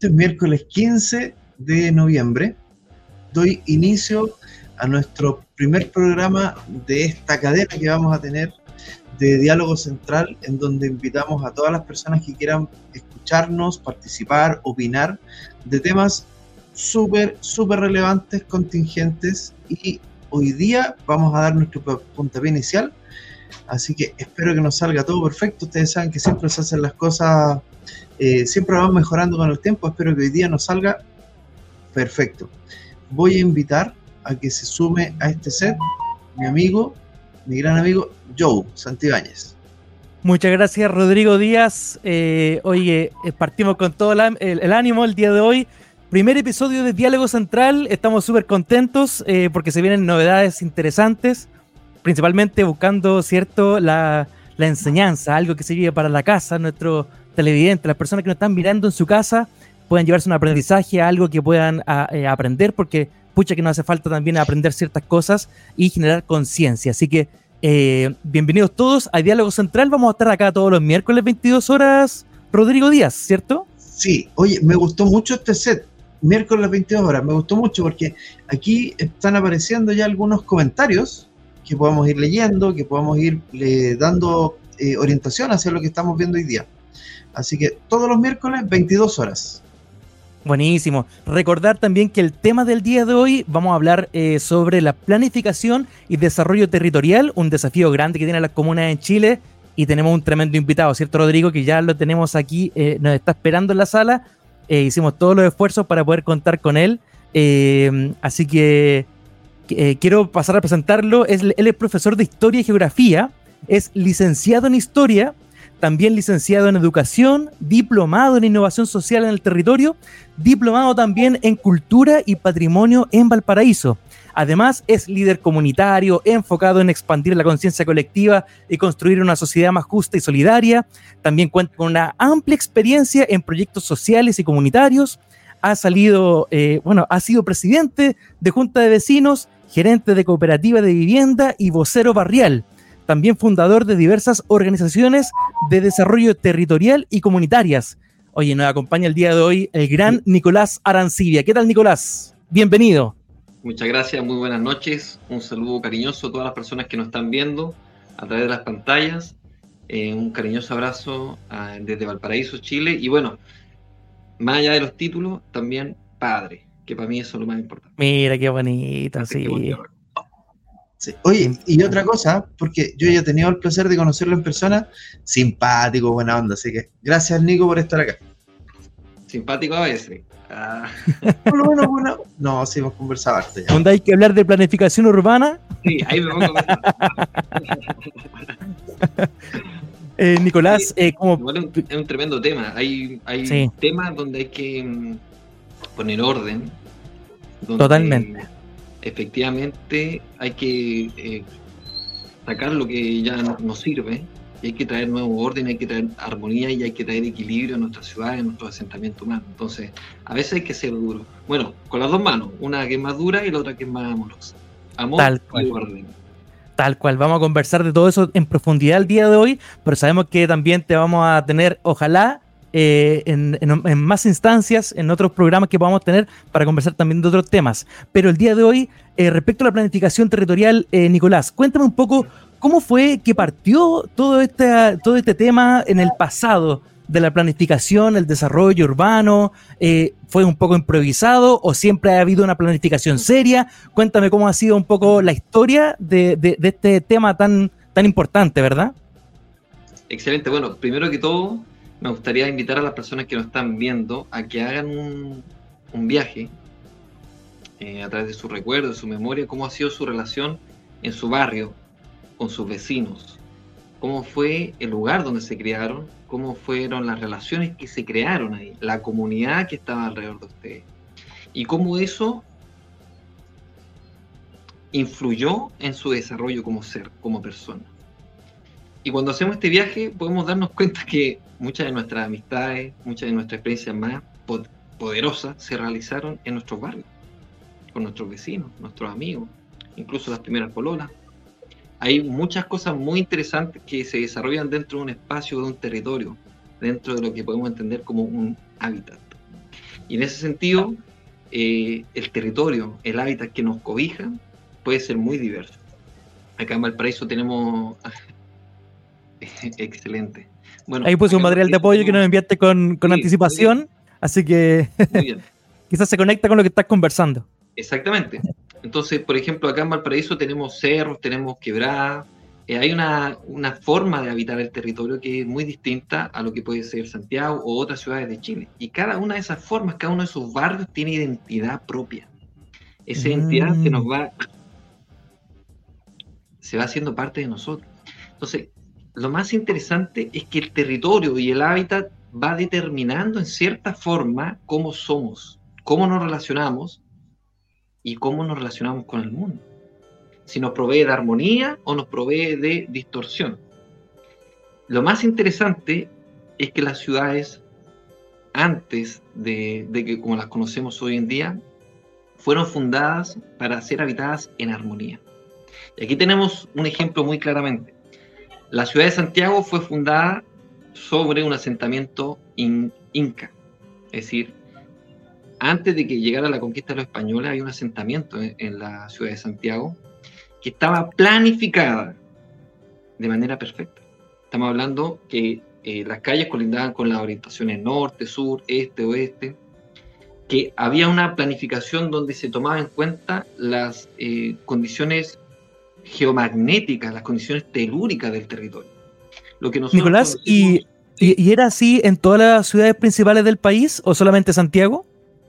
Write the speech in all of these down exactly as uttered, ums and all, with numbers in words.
es miércoles quince de noviembre. Doy inicio a nuestro primer programa de esta cadena que vamos a tener de Diálogo Central, en donde invitamos a todas las personas que quieran escucharnos, participar, opinar de temas súper, súper relevantes, contingentes, y hoy día vamos a dar nuestro puntapié inicial, así que espero que nos salga todo perfecto. Ustedes saben que siempre se hacen las cosas, eh, siempre van mejorando con el tiempo. Espero que hoy día nos salga perfecto. Voy a invitar a que se sume a este set mi amigo, mi gran amigo Joe Santibáñez. Muchas gracias, Rodrigo Díaz. Eh, oye, eh, partimos con todo el, el, el ánimo el día de hoy. Primer episodio de Diálogo Central. Estamos súper contentos eh, porque se vienen novedades interesantes, principalmente buscando, ¿cierto?, la, la enseñanza, algo que se lleve para la casa, nuestros televidentes, las personas que nos están mirando en su casa, puedan llevarse un aprendizaje, algo que puedan a, eh, aprender, porque pucha que nos hace falta también aprender ciertas cosas y generar conciencia. Así que eh, bienvenidos todos a Diálogo Central. Vamos a estar acá todos los miércoles, veintidós horas, Rodrigo Díaz, ¿cierto? Sí, oye, me gustó mucho este set, miércoles veintidós horas, me gustó mucho porque aquí están apareciendo ya algunos comentarios que podemos ir leyendo, que podemos ir eh, dando eh, orientación hacia lo que estamos viendo hoy día. Así que todos los miércoles, veintidós horas. Buenísimo. Recordar también que el tema del día de hoy vamos a hablar eh, sobre la planificación y desarrollo territorial, un desafío grande que tienen las comunas en Chile, y tenemos un tremendo invitado, ¿cierto, Rodrigo? Que ya lo tenemos aquí, eh, nos está esperando en la sala. Eh, hicimos todos los esfuerzos para poder contar con él, eh, así que eh, quiero pasar a presentarlo. Es, él es profesor de Historia y Geografía, es licenciado en Historia, también licenciado en Educación, diplomado en Innovación Social en el Territorio, diplomado también en Cultura y Patrimonio en Valparaíso. Además, es líder comunitario enfocado en expandir la conciencia colectiva y construir una sociedad más justa y solidaria. También cuenta con una amplia experiencia en proyectos sociales y comunitarios. Ha salido, eh, bueno, ha sido presidente de Junta de Vecinos, gerente de cooperativa de vivienda y vocero barrial. También fundador de diversas organizaciones de desarrollo territorial y comunitarias. Oye, nos acompaña el día de hoy el gran Nicolás Arancibia. ¿Qué tal, Nicolás? Bienvenido. Muchas gracias, muy buenas noches. Un saludo cariñoso a todas las personas que nos están viendo a través de las pantallas. Eh, un cariñoso abrazo uh, desde Valparaíso, Chile. Y bueno, más allá de los títulos, también padre, que para mí eso es lo más importante. Mira, qué bonito, Así sí. que bonito. Sí. Oye, y otra cosa, porque yo ya he tenido el placer de conocerlo en persona, simpático, buena onda, así que gracias, Nico, por estar acá. Simpático a veces. Ah. Por lo menos, bueno, no, sí hemos conversado harto ya. ¿Dónde hay que hablar de planificación urbana? Sí, ahí me pongo a eh, Nicolás, eh, como... Igual es un, es un tremendo tema. Hay, hay sí. temas donde hay que um, poner orden. Donde, Totalmente. Efectivamente, hay que eh, sacar lo que ya no, no sirve, y hay que traer nuevo orden, hay que traer armonía y hay que traer equilibrio en nuestras ciudades, en nuestro asentamiento humano. Entonces, a veces hay que ser duro. Bueno, con las dos manos, una que es más dura y la otra que es más amorosa. Amor Tal cual. y orden. Tal cual, vamos a conversar de todo eso en profundidad el día de hoy, pero sabemos que también te vamos a tener, ojalá, Eh, en, en, en más instancias, en otros programas que podamos tener para conversar también de otros temas. Pero el día de hoy, eh, respecto a la planificación territorial, eh, Nicolás, cuéntame un poco cómo fue que partió todo este, todo este tema en el pasado de la planificación, el desarrollo urbano. Eh, ¿Fue un poco improvisado o siempre ha habido una planificación seria? Cuéntame cómo ha sido un poco la historia de, de, de este tema tan, tan importante, ¿verdad? Excelente. Bueno, primero que todo, me gustaría invitar a las personas que nos están viendo a que hagan un, un viaje eh, a través de su recuerdo, de su memoria, cómo ha sido su relación en su barrio, con sus vecinos, cómo fue el lugar donde se criaron, cómo fueron las relaciones que se crearon ahí, la comunidad que estaba alrededor de ustedes, y cómo eso influyó en su desarrollo como ser, como persona. Y cuando hacemos este viaje podemos darnos cuenta que muchas de nuestras amistades, muchas de nuestras experiencias más poderosas se realizaron en nuestros barrios, con nuestros vecinos, nuestros amigos, incluso las primeras pololas. Hay muchas cosas muy interesantes que se desarrollan dentro de un espacio, de un territorio, dentro de lo que podemos entender como un hábitat. Y en ese sentido, eh, el territorio, el hábitat que nos cobija, puede ser muy diverso. Acá en Valparaíso tenemos... Excelente. Bueno, ahí puse un material de apoyo tenemos... que nos enviaste con, con sí, anticipación, así que muy bien. quizás se conecta con lo que estás conversando. Exactamente. Entonces, por ejemplo, acá en Valparaíso tenemos cerros, tenemos quebradas, eh, hay una, una forma de habitar el territorio que es muy distinta a lo que puede ser Santiago o otras ciudades de Chile. Y cada una de esas formas, cada uno de esos barrios tiene identidad propia. Esa identidad Mm. se nos va, se va haciendo parte de nosotros. Entonces, lo más interesante es que el territorio y el hábitat va determinando en cierta forma cómo somos, cómo nos relacionamos y cómo nos relacionamos con el mundo. Si nos provee de armonía o nos provee de distorsión. Lo más interesante es que las ciudades, antes de, de que como las conocemos hoy en día, fueron fundadas para ser habitadas en armonía. Y aquí tenemos un ejemplo muy claramente. La ciudad de Santiago fue fundada sobre un asentamiento in, inca, es decir, antes de que llegara la conquista de los españoles había un asentamiento en, en la ciudad de Santiago que estaba planificada de manera perfecta. Estamos hablando que eh, las calles colindaban con las orientaciones norte, sur, este, oeste, que había una planificación donde se tomaba en cuenta las eh, condiciones geomagnéticas, las condiciones telúricas del territorio. Lo que nosotros Nicolás, conocemos, ¿y, sí. y, ¿y era así en todas las ciudades principales del país o solamente Santiago?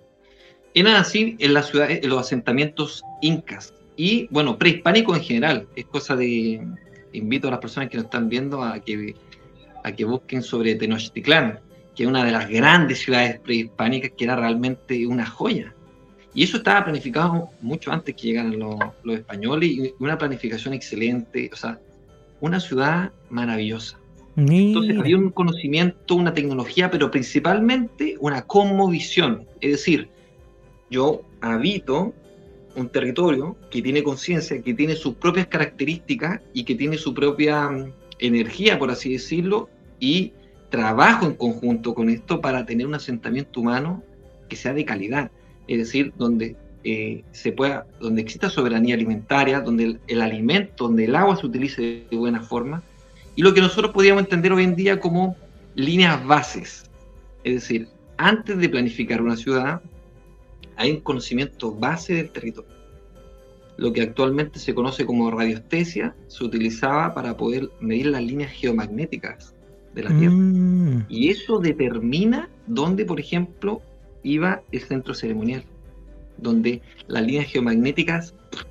Era así en las ciudades, en los asentamientos incas y, bueno, prehispánicos en general. Es cosa de... Invito a las personas que nos están viendo a que, a que busquen sobre Tenochtitlán, que es una de las grandes ciudades prehispánicas que era realmente una joya. Y eso estaba planificado mucho antes que llegaran los, los españoles, y una planificación excelente, o sea, una ciudad maravillosa. Mira. Entonces había un conocimiento, una tecnología, pero principalmente una cosmovisión. Es decir, yo habito un territorio que tiene conciencia, que tiene sus propias características y que tiene su propia um, energía, por así decirlo, y trabajo en conjunto con esto para tener un asentamiento humano que sea de calidad. Es decir, donde eh, se pueda, donde exista soberanía alimentaria, donde el, el alimento, donde el agua se utilice de buena forma, y lo que nosotros podríamos entender hoy en día como líneas bases. Es decir, antes de planificar una ciudad, hay un conocimiento base del territorio. Lo que actualmente se conoce como radiestesia se utilizaba para poder medir las líneas geomagnéticas de la Tierra. Mm. Y eso determina dónde, por ejemplo, iba el centro ceremonial, donde las líneas geomagnéticas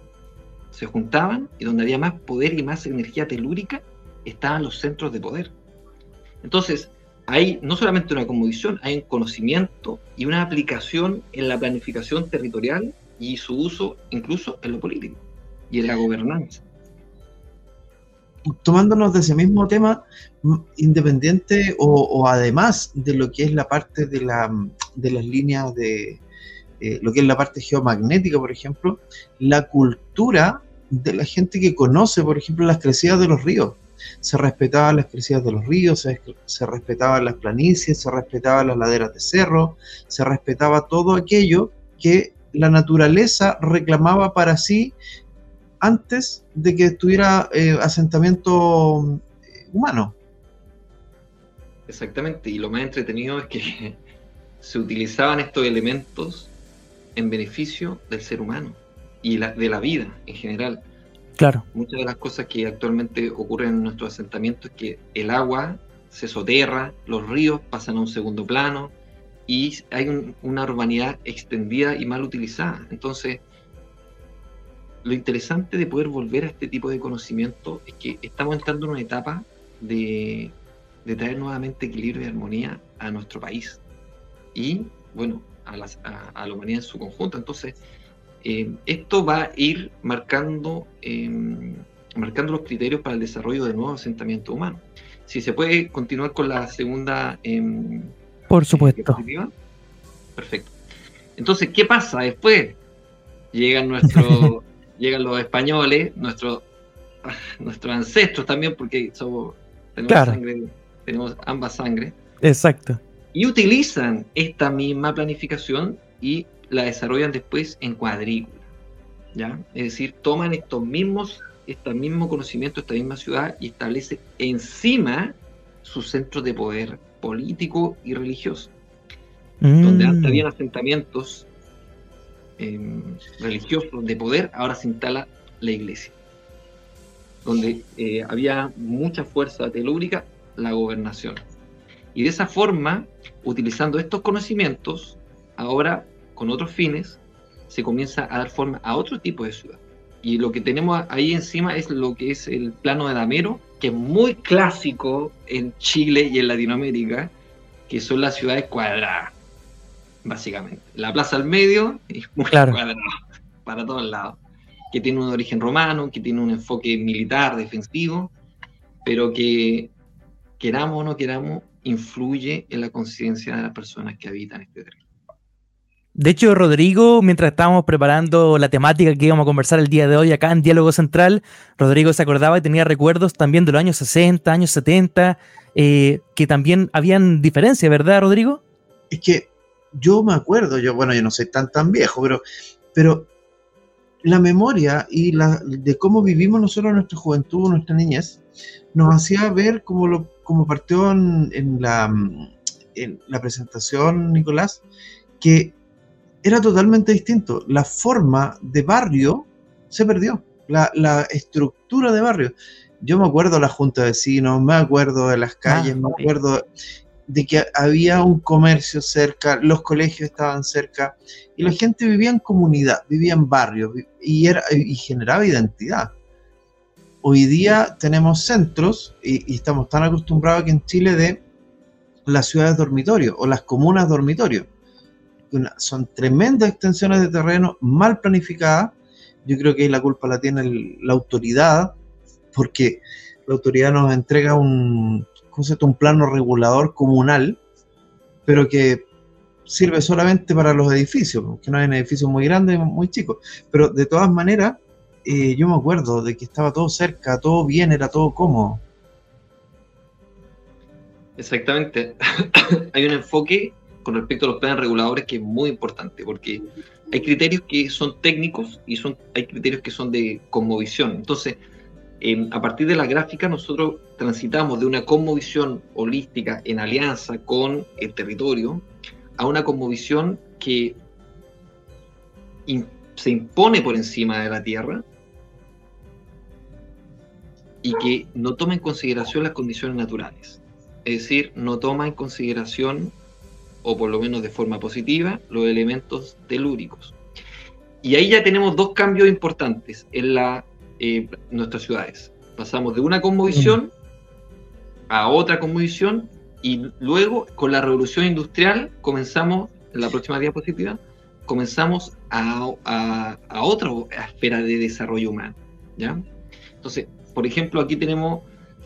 se juntaban y donde había más poder y más energía telúrica estaban los centros de poder. Entonces, hay no solamente una cosmovisión, hay un conocimiento y una aplicación en la planificación territorial y su uso incluso en lo político y en la gobernanza. Tomándonos de ese mismo tema, independiente o, o además de lo que es la parte de, la, de las líneas de eh, lo que es la parte geomagnética, por ejemplo, la cultura de la gente que conoce, por ejemplo, las crecidas de los ríos. Se respetaban las crecidas de los ríos, se, se respetaban las planicies, se respetaban las laderas de cerro, se respetaba todo aquello que la naturaleza reclamaba para sí antes de que estuviera eh, asentamiento humano. Exactamente, y lo más entretenido es que se utilizaban estos elementos en beneficio del ser humano y la, de la vida en general. Claro. Muchas de las cosas que actualmente ocurren en nuestros asentamientos es que el agua se soterra, los ríos pasan a un segundo plano y hay un, una urbanidad extendida y mal utilizada. Entonces, lo interesante de poder volver a este tipo de conocimiento es que estamos entrando en una etapa de, de traer nuevamente equilibrio y armonía a nuestro país y, bueno, a, las, a, a la humanidad en su conjunto. Entonces, eh, esto va a ir marcando, eh, marcando los criterios para el desarrollo de nuevos asentamientos humanos. Si se puede continuar con la segunda... Eh, Por supuesto. diapositiva. Perfecto. Entonces, ¿qué pasa después? Llegan nuestros... Llegan los españoles, nuestros nuestros ancestros también, porque somos, tenemos, claro. sangre, tenemos ambas sangres. Exacto. y utilizan esta misma planificación y la desarrollan después en cuadrícula, ¿ya? Es decir, toman estos mismos, este mismo conocimiento, esta misma ciudad y establecen encima sus centros de poder político y religioso, mm. donde antes habían asentamientos eh, religiosos de poder, ahora se instala la iglesia, donde eh, había mucha fuerza telúrica, la gobernación. Y de esa forma, utilizando estos conocimientos, ahora con otros fines, se comienza a dar forma a otro tipo de ciudad. Y lo que tenemos ahí encima es lo que es el plano de Damero, que es muy clásico en Chile y en Latinoamérica, que son las ciudades cuadradas, básicamente. La plaza al medio es muy claro. cuadrada, para todos lados. Que tiene un origen romano, que tiene un enfoque militar, defensivo, pero que, queramos o no queramos, influye en la conciencia de las personas que habitan este terreno. De hecho, Rodrigo, mientras estábamos preparando la temática que íbamos a conversar el día de hoy acá en Diálogo Central, Rodrigo se acordaba y tenía recuerdos también de los años sesenta, años setenta, eh, que también habían diferencias, ¿verdad, Rodrigo? Es que yo me acuerdo, yo bueno, yo no soy tan tan viejo, pero, pero la memoria y la, de cómo vivimos nosotros nuestra juventud, nuestra niñez, nos hacía ver como, lo, como partió en, en, la, en la presentación, Nicolás, que era totalmente distinto. La forma de barrio se perdió, la, la estructura de barrio. Yo me acuerdo de la junta de vecinos, me acuerdo de las calles, ah, me acuerdo de que había un comercio cerca, los colegios estaban cerca, y la gente vivía en comunidad, vivía en barrio, y, era, y generaba identidad. Hoy día tenemos centros, y, y estamos tan acostumbrados aquí en Chile de las ciudades dormitorio, o las comunas dormitorio. Una, son tremendas extensiones de terreno mal planificadas. Yo creo que la culpa la tiene el, la autoridad, porque la autoridad nos entrega un, un plano regulador comunal, pero que sirve solamente para los edificios, porque no hay edificios muy grandes y muy chicos, pero de todas maneras eh, yo me acuerdo de que estaba todo cerca, todo bien, era todo cómodo. Exactamente. Hay un enfoque con respecto a los planes reguladores que es muy importante, porque hay criterios que son técnicos y son, hay criterios que son de cosmovisión. Entonces, eh, a partir de la gráfica nosotros transitamos de una cosmovisión holística en alianza con el territorio a una cosmovisión que in, se impone por encima de la tierra y que no toma en consideración las condiciones naturales. Es decir, no toma en consideración, o por lo menos de forma positiva, los elementos telúricos. Y ahí ya tenemos dos cambios importantes en la, eh, nuestras ciudades. Pasamos de una cosmovisión a otra cosmovisión, y luego con la revolución industrial comenzamos, en la próxima diapositiva, comenzamos a, a, a otra esfera de desarrollo humano, ¿ya? Entonces, por ejemplo, aquí tenemos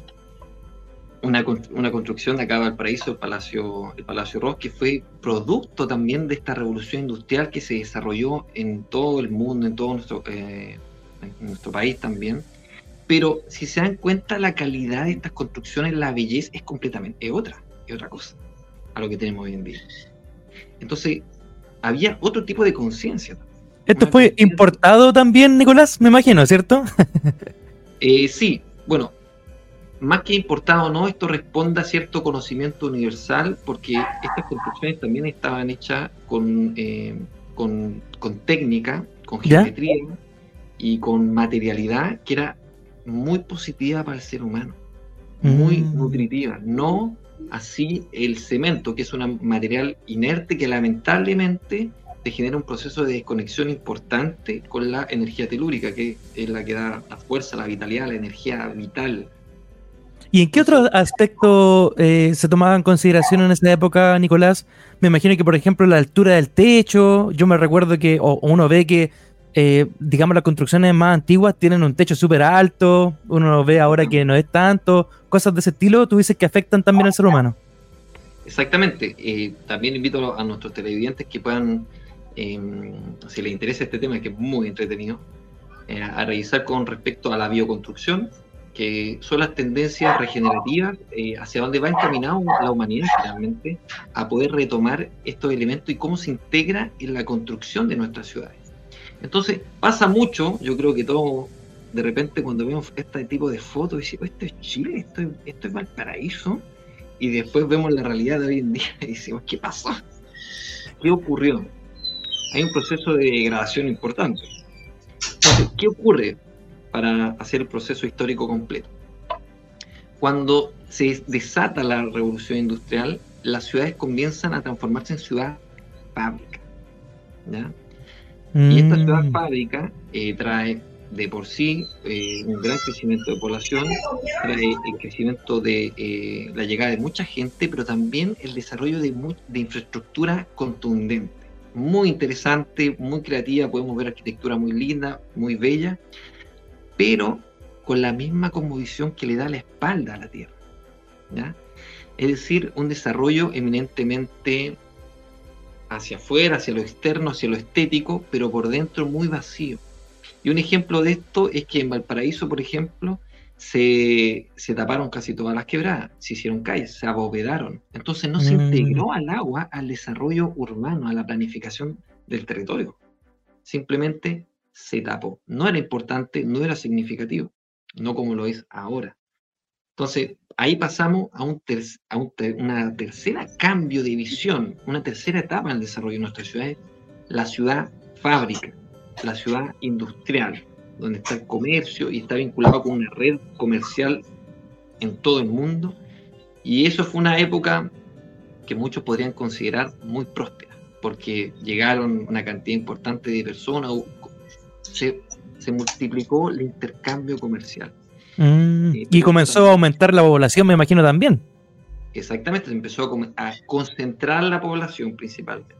Una, una construcción de acá de Valparaíso, el Palacio, el Palacio Ross, que fue producto también de esta revolución industrial que se desarrolló en todo el mundo, en todo nuestro, eh, en nuestro país también. Pero si se dan cuenta, la calidad de estas construcciones, la belleza es completamente, es otra, es otra cosa a lo que tenemos hoy en día. Entonces, había otro tipo de conciencia. Esto fue importado también, Nicolás, me imagino, ¿cierto? eh, sí, bueno, más que importado o no, esto responde a cierto conocimiento universal, porque estas construcciones también estaban hechas con, eh, con, con técnica, con geometría, ¿ya?, y con materialidad que era muy positiva para el ser humano, muy mm. nutritiva. No así el cemento, que es un material inerte que lamentablemente te genera un proceso de desconexión importante con la energía telúrica, que es la que da la fuerza, la vitalidad, la energía vital. ¿Y en qué otro aspecto eh, se tomaba en consideración en esa época, Nicolás? Me imagino que, por ejemplo, la altura del techo. Yo me recuerdo que o, uno ve que, eh, digamos, las construcciones más antiguas tienen un techo súper alto. Uno ve ahora que no es tanto. Cosas de ese estilo, tú dices que afectan también al ser humano. Exactamente. Eh, también invito a nuestros televidentes que puedan, eh, si les interesa este tema, que es muy entretenido, eh, a revisar con respecto a la bioconstrucción, que son las tendencias regenerativas, eh, hacia dónde va encaminado la humanidad finalmente, a poder retomar estos elementos y cómo se integra en la construcción de nuestras ciudades. Entonces, pasa mucho, yo creo que todos, de repente, cuando vemos este tipo de fotos, decimos, esto es Chile, esto es, esto es Valparaíso, y después vemos la realidad de hoy en día y decimos, ¿qué pasó? ¿Qué ocurrió? Hay un proceso de degradación importante. Entonces, ¿qué ocurre para hacer el proceso histórico completo? Cuando se desata la revolución industrial, las ciudades comienzan a transformarse en ciudad fábrica, ¿ya? Mm. Y esta ciudad fábrica eh, trae de por sí eh, un gran crecimiento de población, trae el crecimiento de eh, la llegada de mucha gente, pero también el desarrollo de, mu- de infraestructura contundente, muy interesante, muy creativa. Podemos ver arquitectura muy linda, muy bella, pero con la misma cosmovisión que le da la espalda a la tierra, ¿ya? Es decir, un desarrollo eminentemente hacia afuera, hacia lo externo, hacia lo estético, pero por dentro muy vacío. Y un ejemplo de esto es que en Valparaíso, por ejemplo, se, se taparon casi todas las quebradas, se hicieron calles, se abovedaron. Entonces no se Mm. integró al agua, al desarrollo urbano, a la planificación del territorio. Simplemente se tapó. No era importante, no era significativo, no como lo es ahora. Entonces, ahí pasamos a, un ter a un ter una tercera cambio de visión, una tercera etapa en el desarrollo de nuestras ciudades, la ciudad fábrica, la ciudad industrial, donde está el comercio y está vinculado con una red comercial en todo el mundo. Y eso fue una época que muchos podrían considerar muy próspera, porque llegaron una cantidad importante de personas, se, se multiplicó el intercambio comercial. Mm. Eh, y comenzó a aumentar la población, me imagino, también. Exactamente, se empezó a, a concentrar la población principalmente.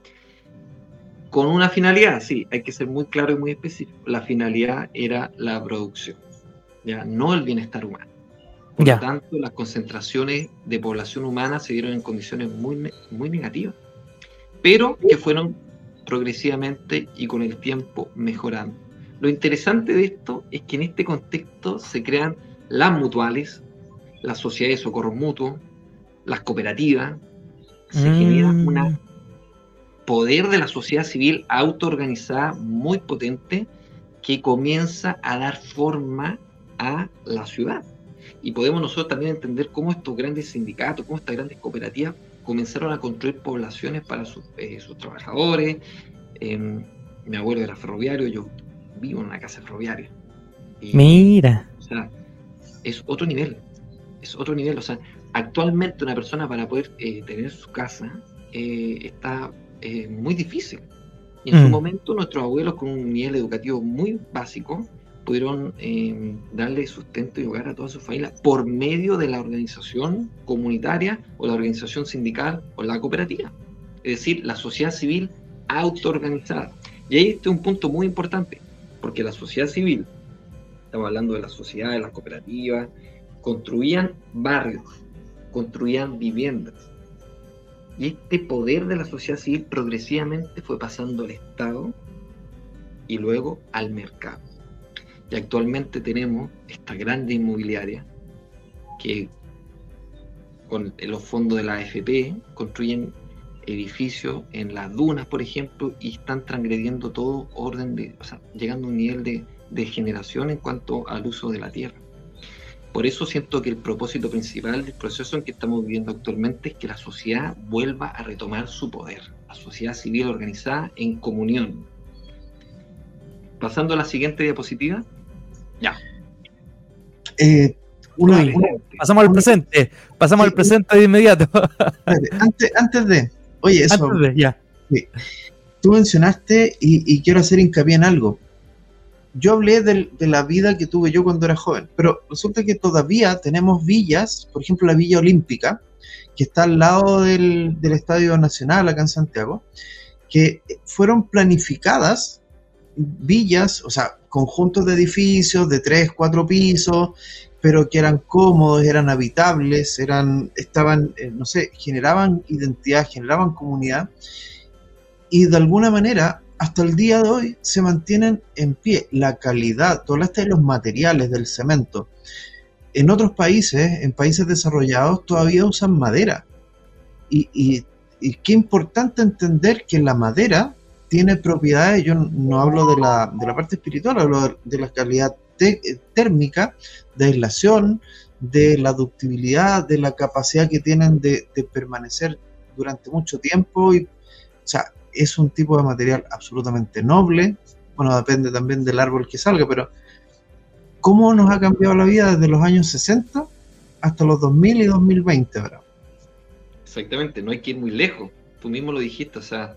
Con una finalidad, sí, hay que ser muy claro y muy específico. La finalidad era la producción, ya, no el bienestar humano. Por ya. lo tanto, las concentraciones de población humana se dieron en condiciones muy, muy negativas, pero que fueron progresivamente y con el tiempo mejorando. Lo interesante de esto es que en este contexto se crean las mutuales, las sociedades de socorro mutuo, las cooperativas, se mm. genera un poder de la sociedad civil autoorganizada muy potente que comienza a dar forma a la ciudad. Y podemos nosotros también entender cómo estos grandes sindicatos, cómo estas grandes cooperativas comenzaron a construir poblaciones para sus, eh, sus trabajadores. Eh, mi abuelo era ferroviario, yo vivo en una casa ferroviaria. Y, Mira. O sea, es otro nivel, es otro nivel. O sea, actualmente una persona para poder eh, tener su casa eh, está eh, muy difícil. Y en mm. su momento nuestros abuelos con un nivel educativo muy básico pudieron eh, darle sustento y hogar a toda su familia por medio de la organización comunitaria o la organización sindical o la cooperativa. Es decir, la sociedad civil autoorganizada. Y ahí este es un punto muy importante, porque la sociedad civil, estamos hablando de la sociedad, de las cooperativas, construían barrios, construían viviendas. Y este poder de la sociedad civil progresivamente fue pasando al Estado y luego al mercado. Y actualmente tenemos esta grande inmobiliaria que con los fondos de la A F P construyen edificios en las dunas, por ejemplo, y están transgrediendo todo orden de, o sea, llegando a un nivel de, de generación en cuanto al uso de la tierra. Por eso siento que el propósito principal del proceso en que estamos viviendo actualmente es que la sociedad vuelva a retomar su poder, la sociedad civil organizada en comunión. Pasando a la siguiente diapositiva. Ya. Eh, una, Uy, una, pasamos al presente, pasamos sí, al presente de inmediato. Antes, antes de, oye, eso. Antes de, ya. Sí. Tú mencionaste, y, y quiero hacer hincapié en algo. Yo hablé de, de la vida que tuve yo cuando era joven, pero resulta que todavía tenemos villas, por ejemplo la Villa Olímpica, que está al lado del, del Estadio Nacional acá en Santiago, que fueron planificadas villas, o sea, conjuntos de edificios de tres, cuatro pisos, pero que eran cómodos, eran habitables, eran, estaban, eh, no sé, generaban identidad, generaban comunidad, y de alguna manera, hasta el día de hoy, se mantienen en pie. La calidad, tú hablaste de los materiales, del cemento, en otros países, en países desarrollados, todavía usan madera. Y, y, y qué importante entender que la madera tiene propiedades, yo no hablo de la, de la parte espiritual, hablo de, de la calidad te, térmica, de aislación, de la ductibilidad, de la capacidad que tienen de, de permanecer durante mucho tiempo. Y, o sea, es un tipo de material absolutamente noble. Bueno, depende también del árbol que salga, pero ¿cómo nos ha cambiado la vida desde los años sesenta hasta los dos mil y dos mil veinte ahora? Exactamente, no hay que ir muy lejos. Tú mismo lo dijiste, o sea,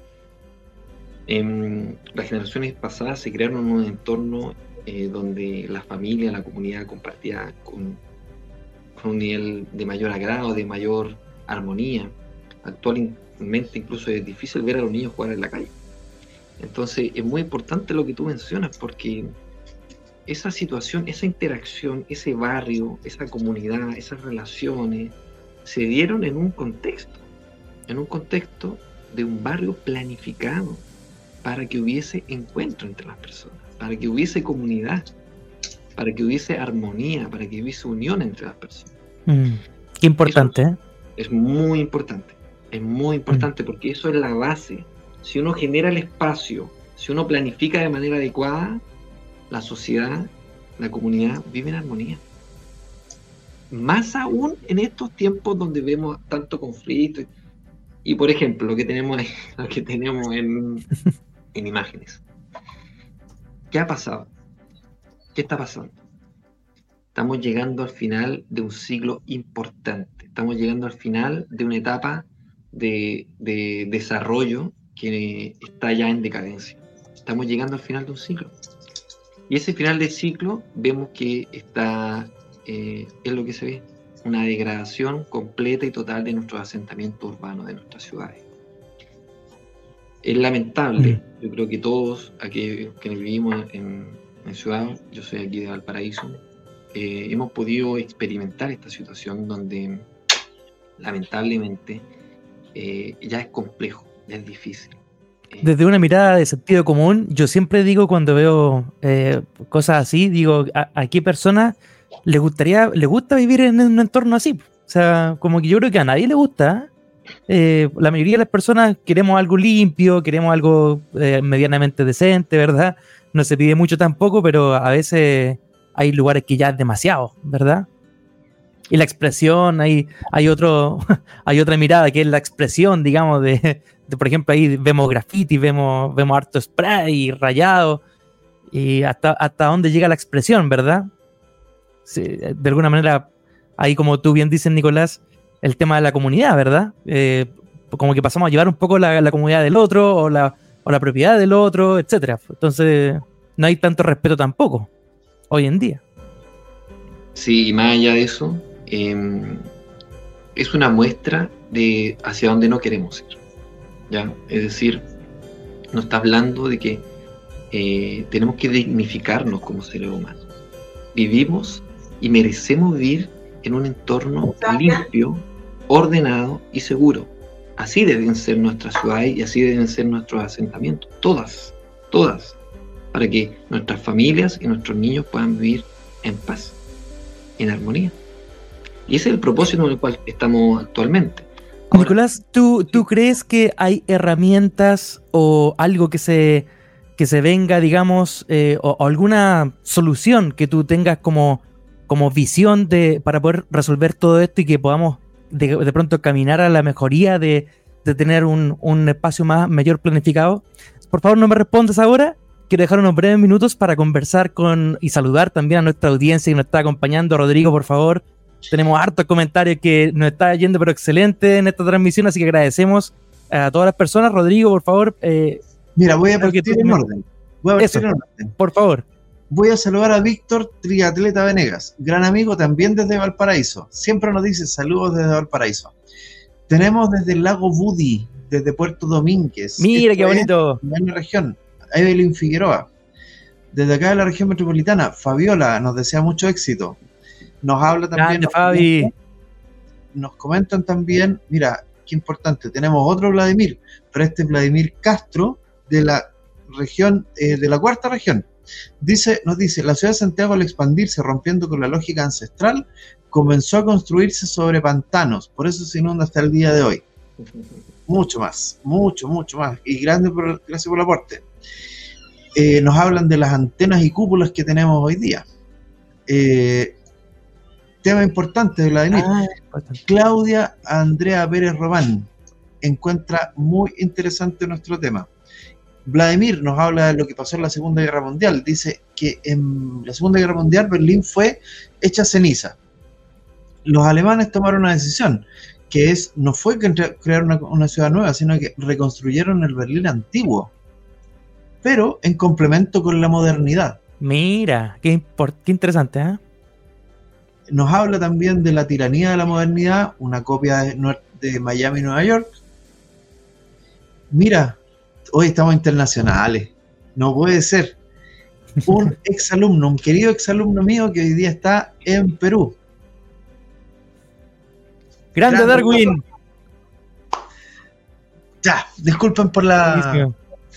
en las generaciones pasadas se crearon un entorno eh, donde la familia, la comunidad compartía con, con un nivel de mayor agrado, de mayor armonía. Actualmente incluso es difícil ver a los niños jugar en la calle. Entonces es muy importante lo que tú mencionas, porque esa situación, esa interacción, ese barrio, esa comunidad, esas relaciones, se dieron en un contexto, en un contexto de un barrio planificado para que hubiese encuentro entre las personas, para que hubiese comunidad, para que hubiese armonía, para que hubiese unión entre las personas. Mm, qué importante, eso ¿eh? Es muy importante, es muy importante mm. porque eso es la base. Si uno genera el espacio, si uno planifica de manera adecuada, la sociedad, la comunidad vive en armonía. Más aún en estos tiempos donde vemos tanto conflicto. Y por ejemplo, lo que tenemos, lo que tenemos en, en imágenes. ¿Qué ha pasado? ¿Qué está pasando? Estamos llegando al final de un siglo importante. Estamos llegando al final de una etapa de, de desarrollo que está ya en decadencia. Estamos llegando al final de un ciclo. Y ese final del ciclo vemos que está, eh, es lo que se ve, una degradación completa y total de nuestros asentamientos urbanos, de nuestras ciudades. Es lamentable, mm. yo creo que todos aquellos que vivimos en, en ciudad, yo soy aquí de Valparaíso, eh, hemos podido experimentar esta situación donde lamentablemente eh, ya es complejo, ya es difícil. Desde una mirada de sentido común, yo siempre digo cuando veo eh, cosas así, digo, ¿a, a qué persona le gustaría, le gusta vivir en un entorno así? O sea, como que yo creo que a nadie le gusta. Eh, la mayoría de las personas queremos algo limpio, queremos algo eh, medianamente decente, ¿verdad? No se pide mucho tampoco, pero a veces hay lugares que ya es demasiado, ¿verdad? Y la expresión, hay, hay, otro, hay otra mirada que es la expresión, digamos, de, de por ejemplo, ahí vemos graffiti, vemos, vemos harto spray, rayado, y hasta, hasta dónde llega la expresión, ¿verdad? Sí, de alguna manera, ahí como tú bien dices, Nicolás, el tema de la comunidad, ¿verdad? Eh, como que pasamos a llevar un poco la, la comunidad del otro, o la, o la propiedad del otro, etcétera. Entonces, no hay tanto respeto tampoco, hoy en día. Sí, y más allá de eso, eh, es una muestra de hacia dónde no queremos ir, ¿ya? Es decir, nos está hablando de que eh, tenemos que dignificarnos como seres humanos. Vivimos y merecemos vivir en un entorno limpio, ordenado y seguro. Así deben ser nuestras ciudades y así deben ser nuestros asentamientos, todas, todas, para que nuestras familias y nuestros niños puedan vivir en paz, en armonía. Y ese es el propósito en el cual estamos actualmente. Ahora, Nicolás, ¿tú, ¿tú crees que hay herramientas o algo que se, que se venga, digamos, eh, o, o alguna solución que tú tengas como, como visión de, para poder resolver todo esto y que podamos de, de pronto caminar a la mejoría de, de tener un, un espacio más mayor planificado? Por favor, no me respondas ahora. Quiero dejar unos breves minutos para conversar con y saludar también a nuestra audiencia que nos está acompañando. Rodrigo, por favor. Tenemos hartos comentarios que nos está yendo pero excelente en esta transmisión, así que agradecemos a todas las personas. Rodrigo, por favor. Eh, Mira, voy a partir en orden. Voy a partir en orden. Por favor. Voy a saludar a Víctor Triatleta Venegas, gran amigo también desde Valparaíso. Siempre nos dice saludos desde Valparaíso. Tenemos desde el lago Budi, desde Puerto Domínguez. Mira, Esto qué bonito. En la región. Evelyn Figueroa. Desde acá de la región metropolitana, Fabiola nos desea mucho éxito. Nos habla también. Grande, nos, Fabi. Comentan, nos comentan también, mira, qué importante, tenemos otro Vladimir, pero este es Vladimir Castro de la región, eh, de la cuarta región, Dice, nos dice, la ciudad de Santiago al expandirse, rompiendo con la lógica ancestral, comenzó a construirse sobre pantanos, por eso se inunda hasta el día de hoy. Mucho más, mucho, mucho más. Y grande, por, gracias por el aporte. Eh, nos hablan de las antenas y cúpulas que tenemos hoy día. Eh, tema importante, Vladimir. Ah, Claudia Andrea Pérez Román encuentra muy interesante nuestro tema. Vladimir nos habla de lo que pasó en la Segunda Guerra Mundial. Dice que en la Segunda Guerra Mundial Berlín fue hecha ceniza. Los alemanes tomaron una decisión, que es, no fue que crear una, una ciudad nueva, sino que reconstruyeron el Berlín antiguo, pero en complemento con la modernidad. Mira, qué, import- qué interesante, ¿eh? Nos habla también de la tiranía de la modernidad, una copia de, de Miami, Nueva York. Mira, hoy estamos internacionales, no puede ser. Un exalumno, un querido exalumno mío que hoy día está en Perú. ¡Grande, Grande Darwin! Ya, disculpen por la...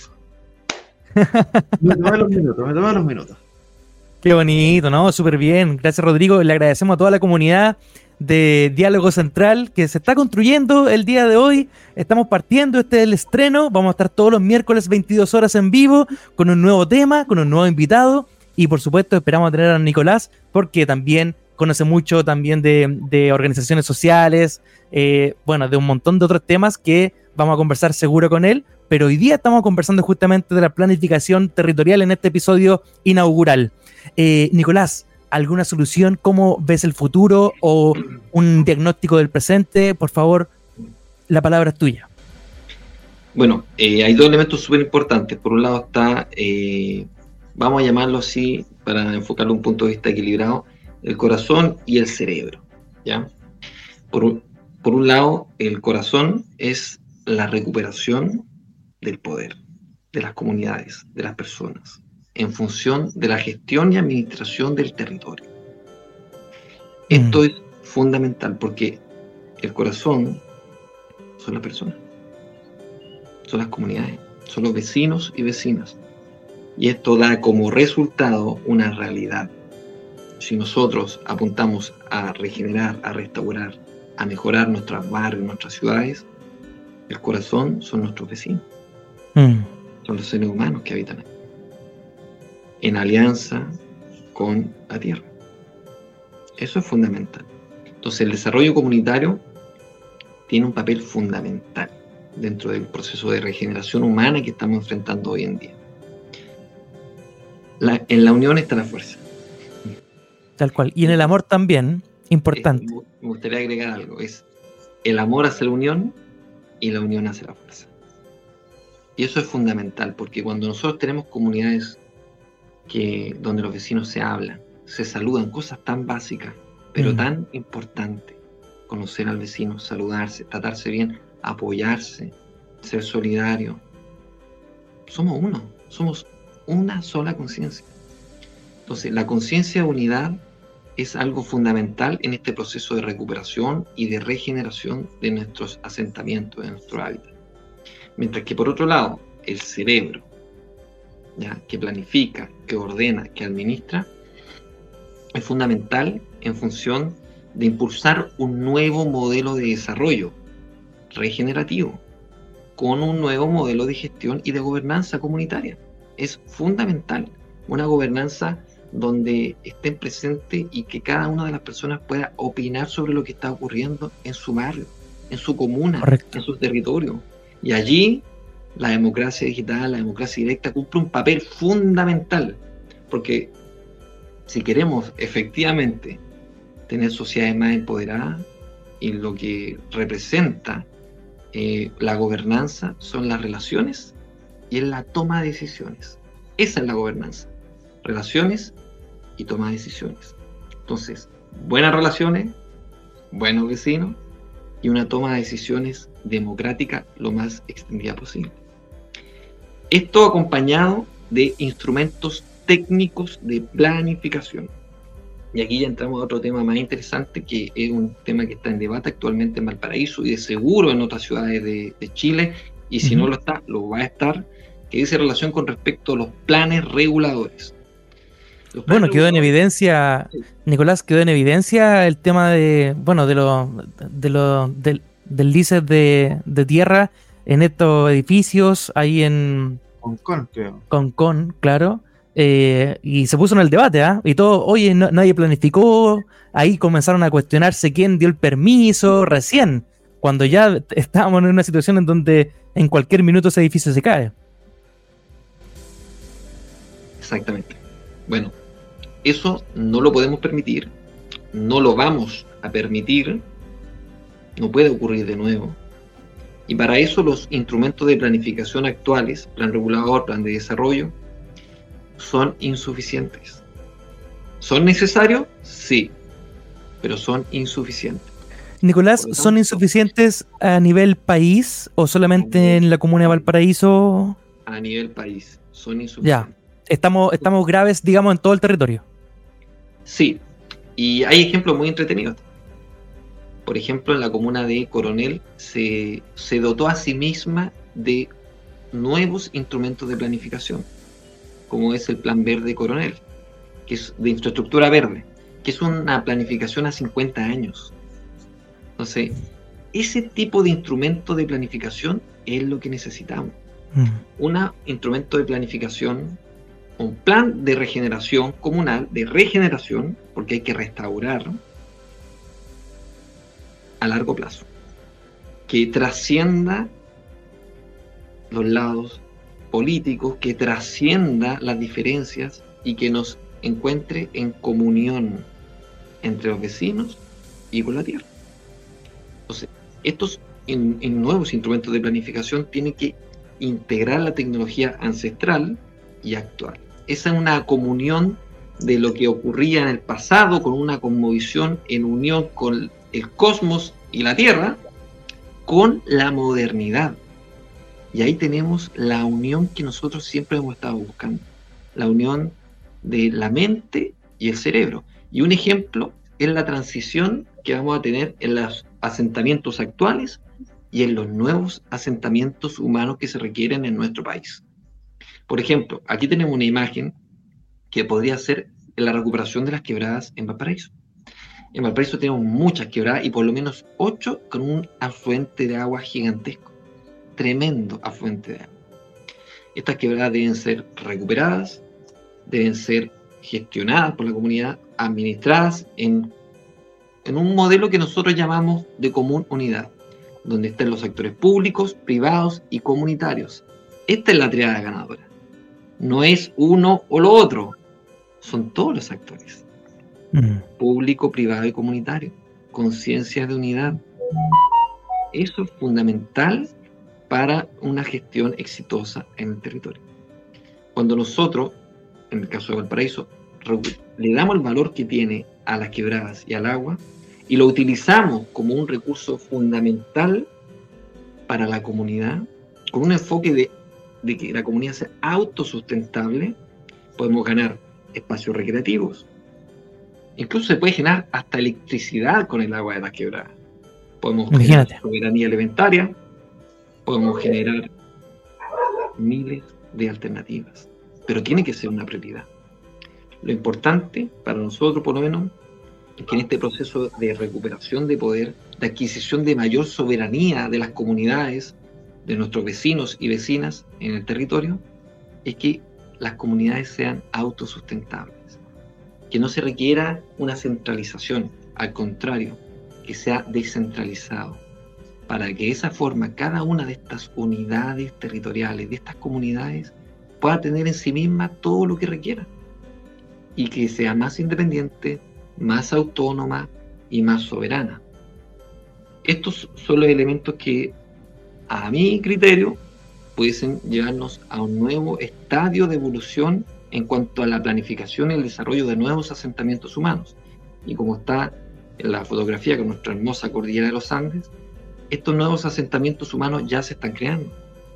me tomé los minutos, me tomé los minutos. Qué bonito, ¿no? Súper bien. Gracias, Rodrigo. Le agradecemos a toda la comunidad de Diálogo Central que se está construyendo el día de hoy. Estamos partiendo, este es el estreno. Vamos a estar todos los miércoles veintidós horas en vivo con un nuevo tema, con un nuevo invitado. Y por supuesto esperamos tener a Nicolás porque también conoce mucho también de, de organizaciones sociales, eh, bueno, de un montón de otros temas que vamos a conversar seguro con él. Pero hoy día estamos conversando justamente de la planificación territorial en este episodio inaugural. Eh, Nicolás, ¿alguna solución? ¿Cómo ves el futuro o un diagnóstico del presente? Por favor, la palabra es tuya. Bueno, eh, hay dos elementos súper importantes. Por un lado está, eh, vamos a llamarlo así, para enfocarlo un punto de vista equilibrado, el corazón y el cerebro, ¿ya? Por un, por un lado, el corazón es la recuperación del poder, de las comunidades, de las personas, en función de la gestión y administración del territorio. Mm. Esto es fundamental porque el corazón son las personas, son las comunidades, son los vecinos y vecinas. Y esto da como resultado una realidad. Si nosotros apuntamos a regenerar, a restaurar, a mejorar nuestros barrios, nuestras ciudades, el corazón son nuestros vecinos. Mm. Son los seres humanos que habitan ahí, en alianza con la tierra. Eso es fundamental. Entonces el desarrollo comunitario tiene un papel fundamental dentro del proceso de regeneración humana que estamos enfrentando hoy en día. La, en la unión está la fuerza. Tal cual. Y en el amor también, importante. Eh, me gustaría agregar algo. Es el amor hace la unión y la unión hace la fuerza. Y eso es fundamental, porque cuando nosotros tenemos comunidades que, donde los vecinos se hablan, se saludan, cosas tan básicas, pero mm. tan importantes, conocer al vecino, saludarse, tratarse bien, apoyarse, ser solidario, somos uno, somos una sola conciencia. Entonces, la conciencia de unidad es algo fundamental en este proceso de recuperación y de regeneración de nuestros asentamientos, de nuestro hábitat. Mientras que por otro lado, el cerebro, ¿ya?, que planifica, que ordena, que administra, es fundamental en función de impulsar un nuevo modelo de desarrollo regenerativo, con un nuevo modelo de gestión y de gobernanza comunitaria. Es fundamental una gobernanza donde estén presentes y que cada una de las personas pueda opinar sobre lo que está ocurriendo en su barrio, en su comuna, correcto, en su territorio. Y allí la democracia digital, la democracia directa cumple un papel fundamental, porque si queremos efectivamente tener sociedades más empoderadas, y lo que representa eh, la gobernanza son las relaciones y en la toma de decisiones. Esa es la gobernanza, relaciones y toma de decisiones. Entonces, buenas relaciones, buenos vecinos y una toma de decisiones democrática lo más extendida posible. Esto acompañado de instrumentos técnicos de planificación. Y aquí ya entramos a otro tema más interesante, que es un tema que está en debate actualmente en Valparaíso y de seguro en otras ciudades de, de Chile, y si uh-huh. no lo está, lo va a estar, que dice relación con respecto a los planes reguladores. Los planes Bueno, quedó en reguladores- evidencia, Sí. Nicolás, quedó en evidencia el tema de, bueno, de los, de los, del, del lice de, de tierra en estos edificios, ahí en Concón, creo. Concón, claro, eh, y se puso en el debate, ¿ah? Y todo, oye, no- nadie planificó, ahí comenzaron a cuestionarse quién dio el permiso, recién, cuando ya estábamos en una situación en donde en cualquier minuto ese edificio se cae. Exactamente. Bueno, eso no lo podemos permitir, no lo vamos a permitir, no puede ocurrir de nuevo. Y para eso los instrumentos de planificación actuales, plan regulador, plan de desarrollo, son insuficientes. ¿Son necesarios? Sí, pero son insuficientes. Nicolás, Por lo ¿son tanto- insuficientes a nivel país o solamente en la comuna de Valparaíso? A nivel país, son insuficientes. Estamos, estamos graves, digamos, en todo el territorio. Sí, y hay ejemplos muy entretenidos. Por ejemplo, en la comuna de Coronel se, se dotó a sí misma de nuevos instrumentos de planificación, como es el Plan Verde Coronel, que es de infraestructura verde, que es una planificación a cincuenta años. Entonces, ese tipo de instrumento de planificación es lo que necesitamos. Mm. Un instrumento de planificación, un plan de regeneración comunal, de regeneración, porque hay que restaurar a largo plazo, que trascienda los lados políticos, que trascienda las diferencias y que nos encuentre en comunión entre los vecinos y con la tierra. Entonces, estos en, en nuevos instrumentos de planificación tienen que integrar la tecnología ancestral y actual. Esa es una comunión de lo que ocurría en el pasado, con una cosmovisión en unión con el cosmos y la tierra, con la modernidad. Y ahí tenemos la unión que nosotros siempre hemos estado buscando, la unión de la mente y el cerebro. Y un ejemplo es la transición que vamos a tener en los asentamientos actuales y en los nuevos asentamientos humanos que se requieren en nuestro país. Por ejemplo, aquí tenemos una imagen que podría ser la recuperación de las quebradas en Valparaíso. En Valparaíso tenemos muchas quebradas y por lo menos ocho con un afluente de agua gigantesco, tremendo afluente de agua. Estas quebradas deben ser recuperadas, deben ser gestionadas por la comunidad, administradas en, en un modelo que nosotros llamamos de común unidad, donde estén los sectores públicos, privados y comunitarios. Esta es la triada ganadora. No es uno o lo otro, son todos los actores. Mm. Público, privado y comunitario. Conciencia de unidad. Eso es fundamental para una gestión exitosa en el territorio. Cuando nosotros, en el caso de Valparaíso, le damos el valor que tiene a las quebradas y al agua y lo utilizamos como un recurso fundamental para la comunidad, con un enfoque de, de que la comunidad sea autosustentable, podemos ganar espacios recreativos. Incluso se puede generar hasta electricidad con el agua de las quebradas. Podemos Imagínate. generar soberanía alimentaria, podemos generar miles de alternativas, pero tiene que ser una prioridad. Lo importante para nosotros, por lo menos, es que en este proceso de recuperación de poder, de adquisición de mayor soberanía de las comunidades, de nuestros vecinos y vecinas en el territorio, es que las comunidades sean autosustentables, que no se requiera una centralización, al contrario, que sea descentralizado, para que de esa forma cada una de estas unidades territoriales, de estas comunidades, pueda tener en sí misma todo lo que requiera y que sea más independiente, más autónoma y más soberana. Estos son los elementos que, a mi criterio, pudiesen llevarnos a un nuevo estadio de evolución en cuanto a la planificación y el desarrollo de nuevos asentamientos humanos. Y como está en la fotografía con nuestra hermosa cordillera de los Andes, estos nuevos asentamientos humanos ya se están creando.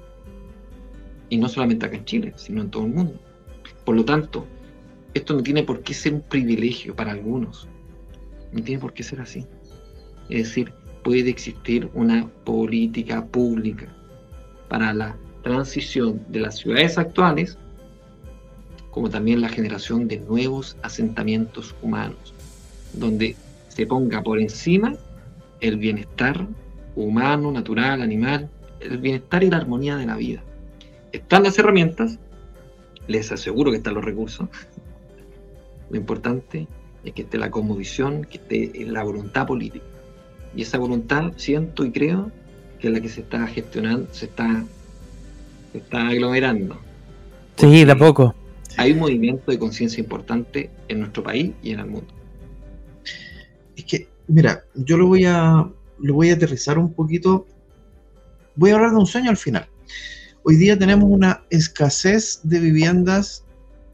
Y no solamente acá en Chile, sino en todo el mundo. Por lo tanto, esto no tiene por qué ser un privilegio para algunos. No tiene por qué ser así. Es decir, puede existir una política pública para la transición de las ciudades actuales como también la generación de nuevos asentamientos humanos, donde se ponga por encima el bienestar humano, natural, animal, el bienestar y la armonía de la vida. Están las herramientas, les aseguro que están los recursos. Lo importante es que esté la cosmovisión, que esté la voluntad política. Y esa voluntad, siento y creo, que es la que se está gestionando, se está, se está aglomerando. Sí, de a poco. Hay un movimiento de conciencia importante en nuestro país y en el mundo. Es que, mira, yo lo voy a, lo voy a aterrizar un poquito. Voy a hablar de un sueño al final. Hoy día tenemos una escasez de viviendas,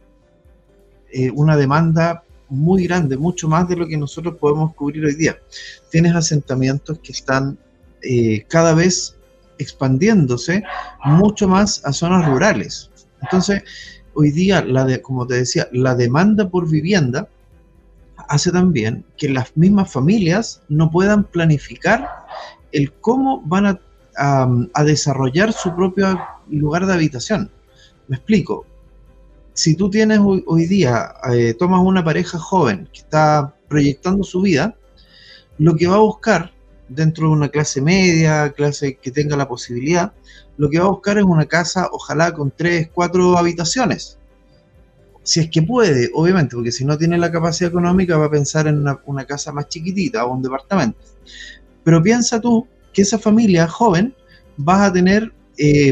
eh, una demanda muy grande, mucho más de lo que nosotros podemos cubrir hoy día. Tienes asentamientos que están eh, cada vez expandiéndose mucho más a zonas rurales. Entonces, hoy día, la de, como te decía, la demanda por vivienda hace también que las mismas familias no puedan planificar el cómo van a, a, a desarrollar su propio lugar de habitación. Me explico. Si tú tienes hoy, hoy día, eh, tomas una pareja joven que está proyectando su vida, lo que va a buscar dentro de una clase media, clase que tenga la posibilidad, lo que va a buscar es una casa, ojalá con tres, cuatro habitaciones. Si es que puede, obviamente, porque si no tiene la capacidad económica va a pensar en una, una casa más chiquitita o un departamento. Pero piensa tú que esa familia joven vas a tener, eh,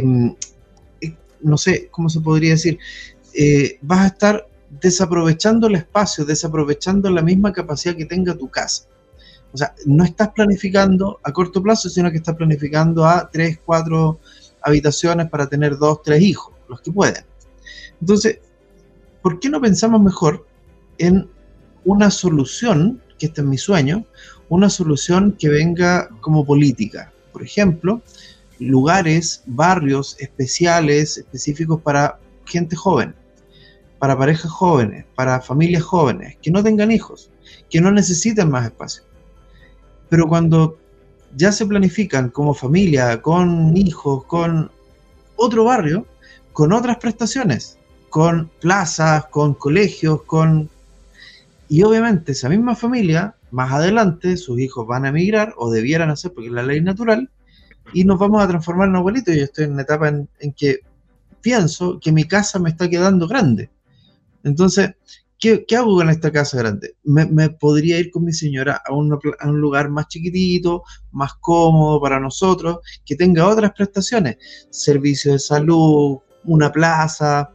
no sé, ¿cómo se podría decir? Eh, vas a estar desaprovechando el espacio, desaprovechando la misma capacidad que tenga tu casa. O sea, no estás planificando a corto plazo, sino que estás planificando a tres, cuatro habitaciones para tener dos, tres hijos, los que pueden. Entonces, ¿por qué no pensamos mejor en una solución, que este es mi sueño, una solución que venga como política? Por ejemplo, lugares, barrios especiales, específicos para gente joven, para parejas jóvenes, para familias jóvenes, que no tengan hijos, que no necesiten más espacio. Pero cuando ya se planifican como familia, con hijos, con otro barrio, con otras prestaciones, con plazas, con colegios, con... Y obviamente esa misma familia, más adelante, sus hijos van a emigrar, o debieran hacer, porque es la ley natural, y nos vamos a transformar en abuelitos. Yo estoy en una etapa en, en que pienso que mi casa me está quedando grande. Entonces, ¿qué, qué hago con esta casa grande? Me, me podría ir con mi señora a un, a un lugar más chiquitito, más cómodo para nosotros, que tenga otras prestaciones, servicios de salud, una plaza,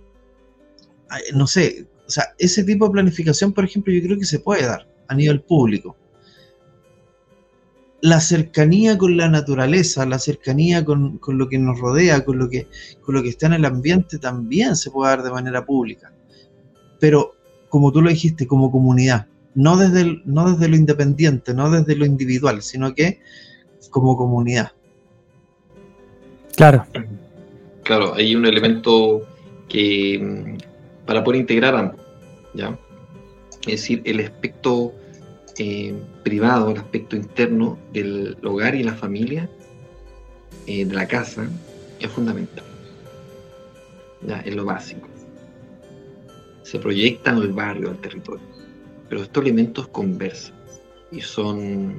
no sé, o sea, ese tipo de planificación, por ejemplo, yo creo que se puede dar a nivel público. La cercanía con la naturaleza, la cercanía con, con lo que nos rodea, con lo que, con lo que está en el ambiente, también se puede dar de manera pública. Pero, como tú lo dijiste, como comunidad, no desde, el, no desde lo independiente, no desde lo individual, sino que como comunidad. Claro. Claro, hay un elemento que, para poder integrar ambos, ¿ya? Es decir, el aspecto eh, privado, el aspecto interno del hogar y la familia, eh, de la casa, es fundamental. Ya, es lo básico. Se proyectan al barrio, al territorio, pero estos elementos conversan y son,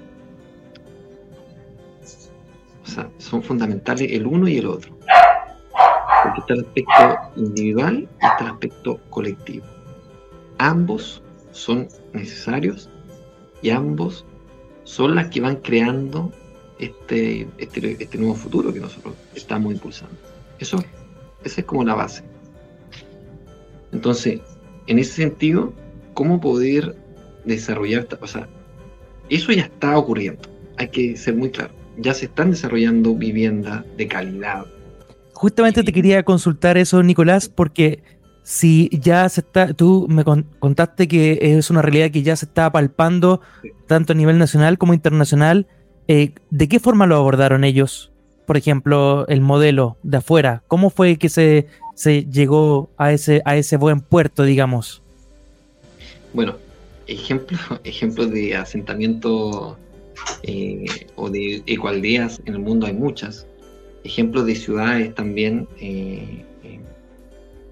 o sea, son fundamentales el uno y el otro, porque está el aspecto individual y está el aspecto colectivo. Ambos son necesarios y ambos son las que van creando este, este, este nuevo futuro que nosotros estamos impulsando. Eso, esa es como la base. Entonces, en ese sentido, ¿cómo poder desarrollar? O sea, eso ya está ocurriendo, hay que ser muy claro. Ya se están desarrollando viviendas de calidad. Justamente te quería consultar eso, Nicolás, porque si ya se está, tú me contaste que es una realidad que ya se está palpando tanto a nivel nacional como internacional, eh, ¿de qué forma lo abordaron ellos? Por ejemplo, el modelo de afuera, ¿cómo fue que se, se llegó a ese, a ese buen puerto, digamos? Bueno, ejemplos ejemplos de asentamiento eh, o de ecoaldeas en el mundo hay muchas. Ejemplos de ciudades también, eh, eh,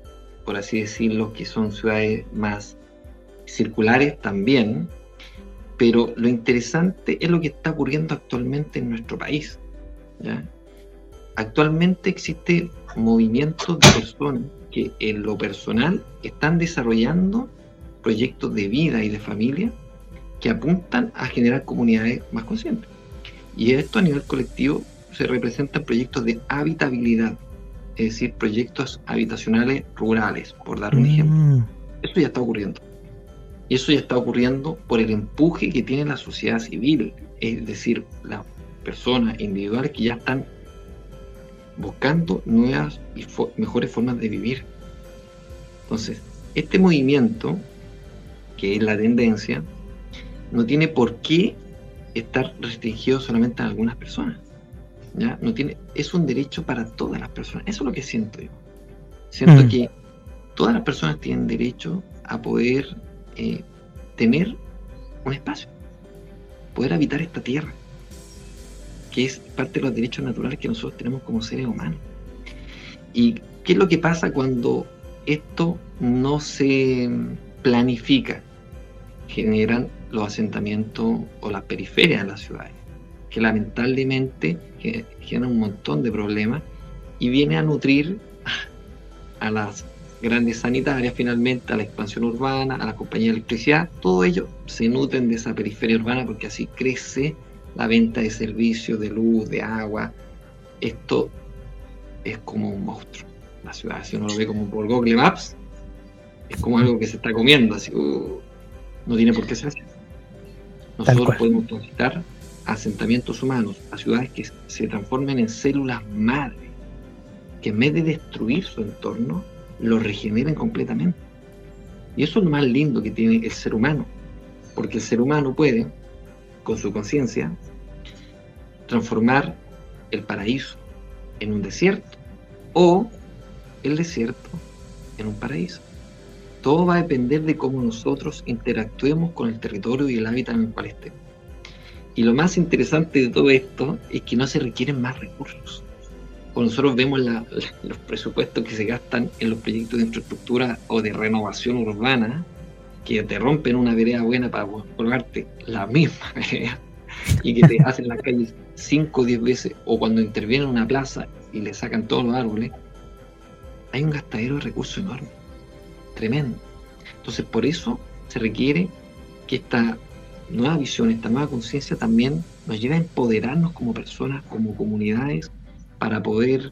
por así decirlo, que son ciudades más circulares también, pero lo interesante es lo que está ocurriendo actualmente en nuestro país, ¿ya? Actualmente existe movimientos de personas que en lo personal están desarrollando proyectos de vida y de familia que apuntan a generar comunidades más conscientes. Y esto a nivel colectivo se representa en proyectos de habitabilidad, es decir, proyectos habitacionales rurales, por dar un Mm. ejemplo. Eso ya está ocurriendo. Y eso ya está ocurriendo por el empuje que tiene la sociedad civil, es decir, las personas individuales que ya están buscando nuevas y fo- mejores formas de vivir. Entonces, este movimiento, que es la tendencia, no tiene por qué estar restringido solamente a algunas personas, ¿ya? No tiene, es un derecho para todas las personas. Eso es lo que siento yo. Siento Mm. que todas las personas tienen derecho a poder eh, tener un espacio, poder habitar esta tierra, que es parte de los derechos naturales que nosotros tenemos como seres humanos. ¿Y qué es lo que pasa cuando esto no se planifica? Generan los asentamientos o las periferias de las ciudades, que lamentablemente ge- generan un montón de problemas y viene a nutrir a las grandes sanitarias, finalmente, a la expansión urbana, a la compañía de electricidad. Todo ello se nutren de esa periferia urbana porque así crece la venta de servicios, de luz, de agua. Esto es como un monstruo. La ciudad, si uno lo ve como por Google Maps, es como algo que se está comiendo, así, uh, no tiene por qué ser así. Nosotros cual. podemos transitar a asentamientos humanos, a ciudades que se transformen en células madre, que en vez de destruir su entorno, lo regeneren completamente. Y eso es lo más lindo que tiene el ser humano, porque el ser humano puede, con su conciencia, transformar el paraíso en un desierto o el desierto en un paraíso. Todo va a depender de cómo nosotros interactuemos con el territorio y el hábitat en el cual estemos. Y lo más interesante de todo esto es que no se requieren más recursos. Cuando nosotros vemos la, la, los presupuestos que se gastan en los proyectos de infraestructura o de renovación urbana, que te rompen una vereda buena para colgarte la misma vereda y que te hacen las calles cinco o diez veces, o cuando intervienen en una plaza y le sacan todos los árboles, hay un gastadero de recursos enorme, tremendo. Entonces, por eso se requiere que esta nueva visión, esta nueva conciencia también nos lleve a empoderarnos como personas, como comunidades, para poder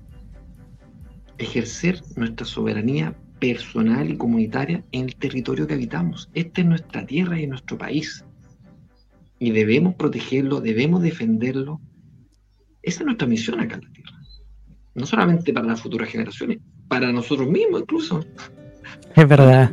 ejercer nuestra soberanía personal y comunitaria en el territorio que habitamos. Esta es nuestra tierra y nuestro país. Y debemos protegerlo, debemos defenderlo. Esa es nuestra misión acá en la tierra. No solamente para las futuras generaciones, para nosotros mismos incluso. Es verdad.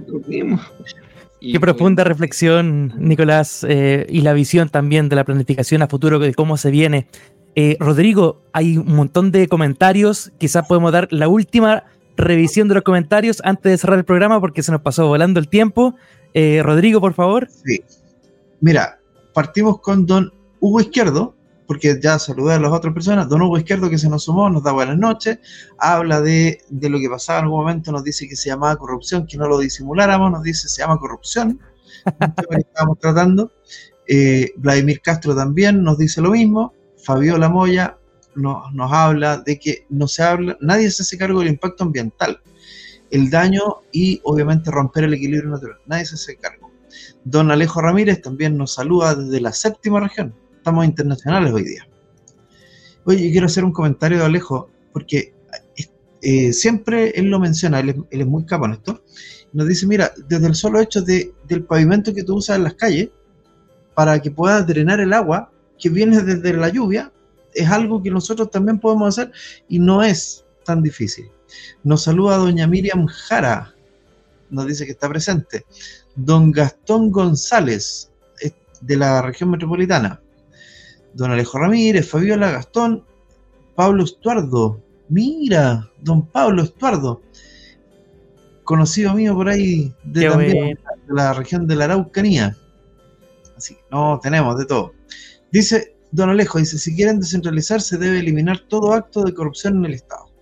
Y qué profunda pues, reflexión, Nicolás, eh, y la visión también de la planificación a futuro, de cómo se viene. Eh, Rodrigo, hay un montón de comentarios, quizás podemos dar la última revisión de los comentarios antes de cerrar el programa porque se nos pasó volando el tiempo. Eh, Rodrigo, por favor. Sí. Mira, partimos con don Hugo Izquierdo, porque ya saludé a las otras personas. Don Hugo Izquierdo, que se nos sumó, nos da buenas noches, habla de, de lo que pasaba en algún momento, nos dice que se llamaba corrupción, que no lo disimuláramos, nos dice se llama corrupción, un tema que estábamos tratando. eh, Vladimir Castro también nos dice lo mismo. Fabiola Moya nos, nos habla de que no se habla, nadie se hace cargo del impacto ambiental, el daño y obviamente romper el equilibrio natural, nadie se hace cargo. Don Alejo Ramírez también nos saluda desde la séptima región. Estamos internacionales hoy día. Oye, quiero hacer un comentario de Alejo, porque eh, siempre él lo menciona, él es, él es muy capo en esto. Nos dice, mira, desde el solo hecho de, del pavimento que tú usas en las calles, para que puedas drenar el agua que viene desde la lluvia, es algo que nosotros también podemos hacer y no es tan difícil. Nos saluda doña Miriam Jara, nos dice que está presente. Don Gastón González, de la región metropolitana. Don Alejo Ramírez, Fabiola, Gastón, Pablo Estuardo. Mira, don Pablo Estuardo, conocido mío por ahí, de, también, de la región de la Araucanía. Así que no, tenemos de todo. Dice don Alejo, dice, si quieren descentralizar se debe eliminar todo acto de corrupción en el Estado.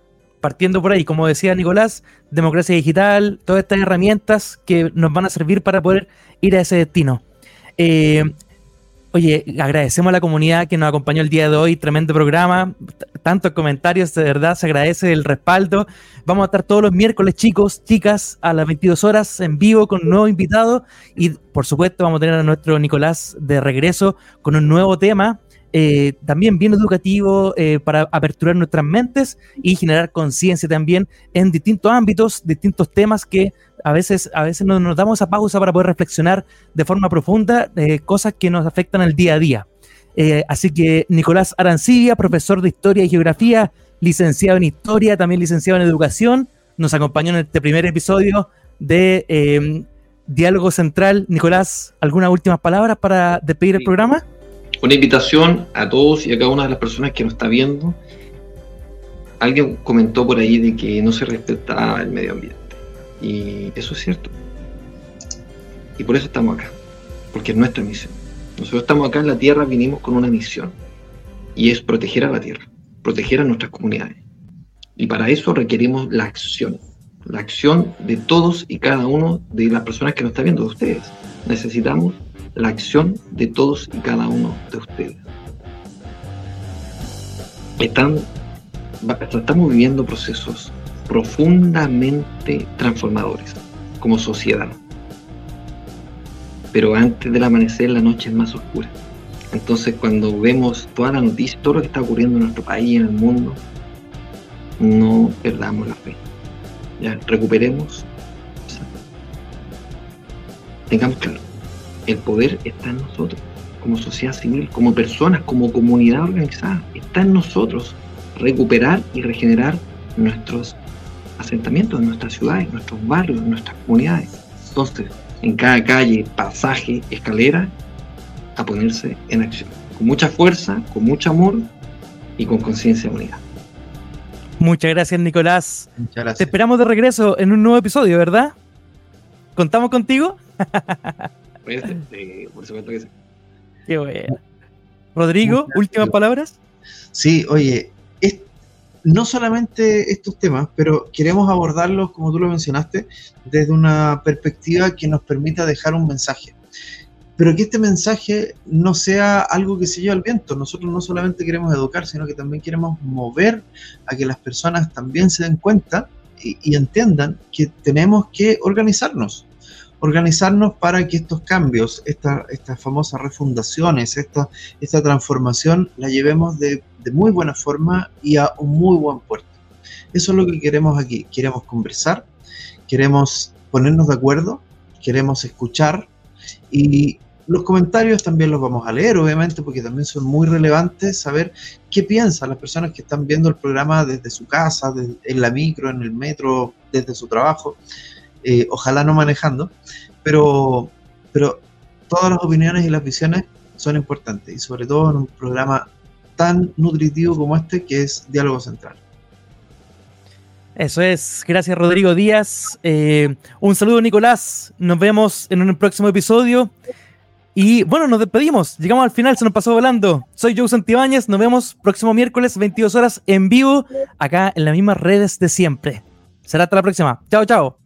partiendo por ahí, como decía Nicolás, democracia digital, todas estas herramientas que nos van a servir para poder ir a ese destino. Eh, oye, agradecemos a la comunidad que nos acompañó el día de hoy, tremendo programa, t- tantos comentarios, de verdad se agradece el respaldo. Vamos a estar todos los miércoles, chicos, chicas, a las veintidós horas en vivo con un nuevo invitado y por supuesto vamos a tener a nuestro Nicolás de regreso con un nuevo tema. Eh, también bien educativo eh, para aperturar nuestras mentes y generar conciencia también en distintos ámbitos, distintos temas que a veces, a veces nos, nos damos esa pausa para poder reflexionar de forma profunda eh, cosas que nos afectan al día a día. Eh, así que Nicolás Arancibia, profesor de Historia y Geografía, licenciado en Historia, también licenciado en Educación, nos acompañó en este primer episodio de eh, Diálogo Central. Nicolás, ¿algunas últimas palabras para despedir el programa? Una invitación a todos y a cada una de las personas que nos está viendo. Alguien comentó por ahí de que no se respetaba el medio ambiente. Y eso es cierto. Y por eso estamos acá. Porque es nuestra misión. Nosotros estamos acá en la Tierra, vinimos con una misión. Y es proteger a la Tierra. Proteger a nuestras comunidades. Y para eso requerimos la acción. La acción de todos y cada uno de las personas que nos están viendo, de ustedes. Necesitamos la acción de todos y cada uno de ustedes. Están, estamos viviendo procesos profundamente transformadores como sociedad. Pero antes del amanecer la noche es más oscura. Entonces cuando vemos toda la noticia, todo lo que está ocurriendo en nuestro país, en el mundo, no perdamos la fe. Ya, recuperemos. O sea, tengamos claro. El poder está en nosotros, como sociedad civil, como personas, como comunidad organizada. Está en nosotros recuperar y regenerar nuestros asentamientos, nuestras ciudades, nuestros barrios, nuestras comunidades. Entonces, en cada calle, pasaje, escalera, a ponerse en acción. Con mucha fuerza, con mucho amor y con conciencia de unidad. Muchas gracias, Nicolás. Muchas gracias. Te esperamos de regreso en un nuevo episodio, ¿verdad? ¿Contamos contigo? Pues, eh, por supuesto que sí. Qué bueno. Rodrigo, Muchas últimas gracias. palabras. Sí, oye, es, no solamente estos temas, pero queremos abordarlos, como tú lo mencionaste, desde una perspectiva que nos permita dejar un mensaje. Pero que este mensaje no sea algo que se lleve al viento. Nosotros no solamente queremos educar, sino que también queremos mover a que las personas también se den cuenta y, y entiendan que tenemos que organizarnos. Organizarnos para que estos cambios, esta, estas famosas refundaciones, esta, esta transformación la llevemos de, de muy buena forma y a un muy buen puerto. Eso es lo que queremos aquí. Queremos conversar, queremos ponernos de acuerdo, queremos escuchar y los comentarios también los vamos a leer, obviamente, porque también son muy relevantes saber qué piensan las personas que están viendo el programa desde su casa, desde, en la micro, en el metro, desde su trabajo. Eh, ojalá no manejando, pero, pero todas las opiniones y las visiones son importantes y sobre todo en un programa tan nutritivo como este que es Diálogo Central. Eso es, gracias Rodrigo Díaz. Eh, un saludo, Nicolás, nos vemos en un próximo episodio y bueno, nos despedimos, llegamos al final, se nos pasó volando. Soy Joe Santibáñez, nos vemos próximo miércoles veintidós horas en vivo acá en las mismas redes de siempre. Será hasta la próxima, chao chao.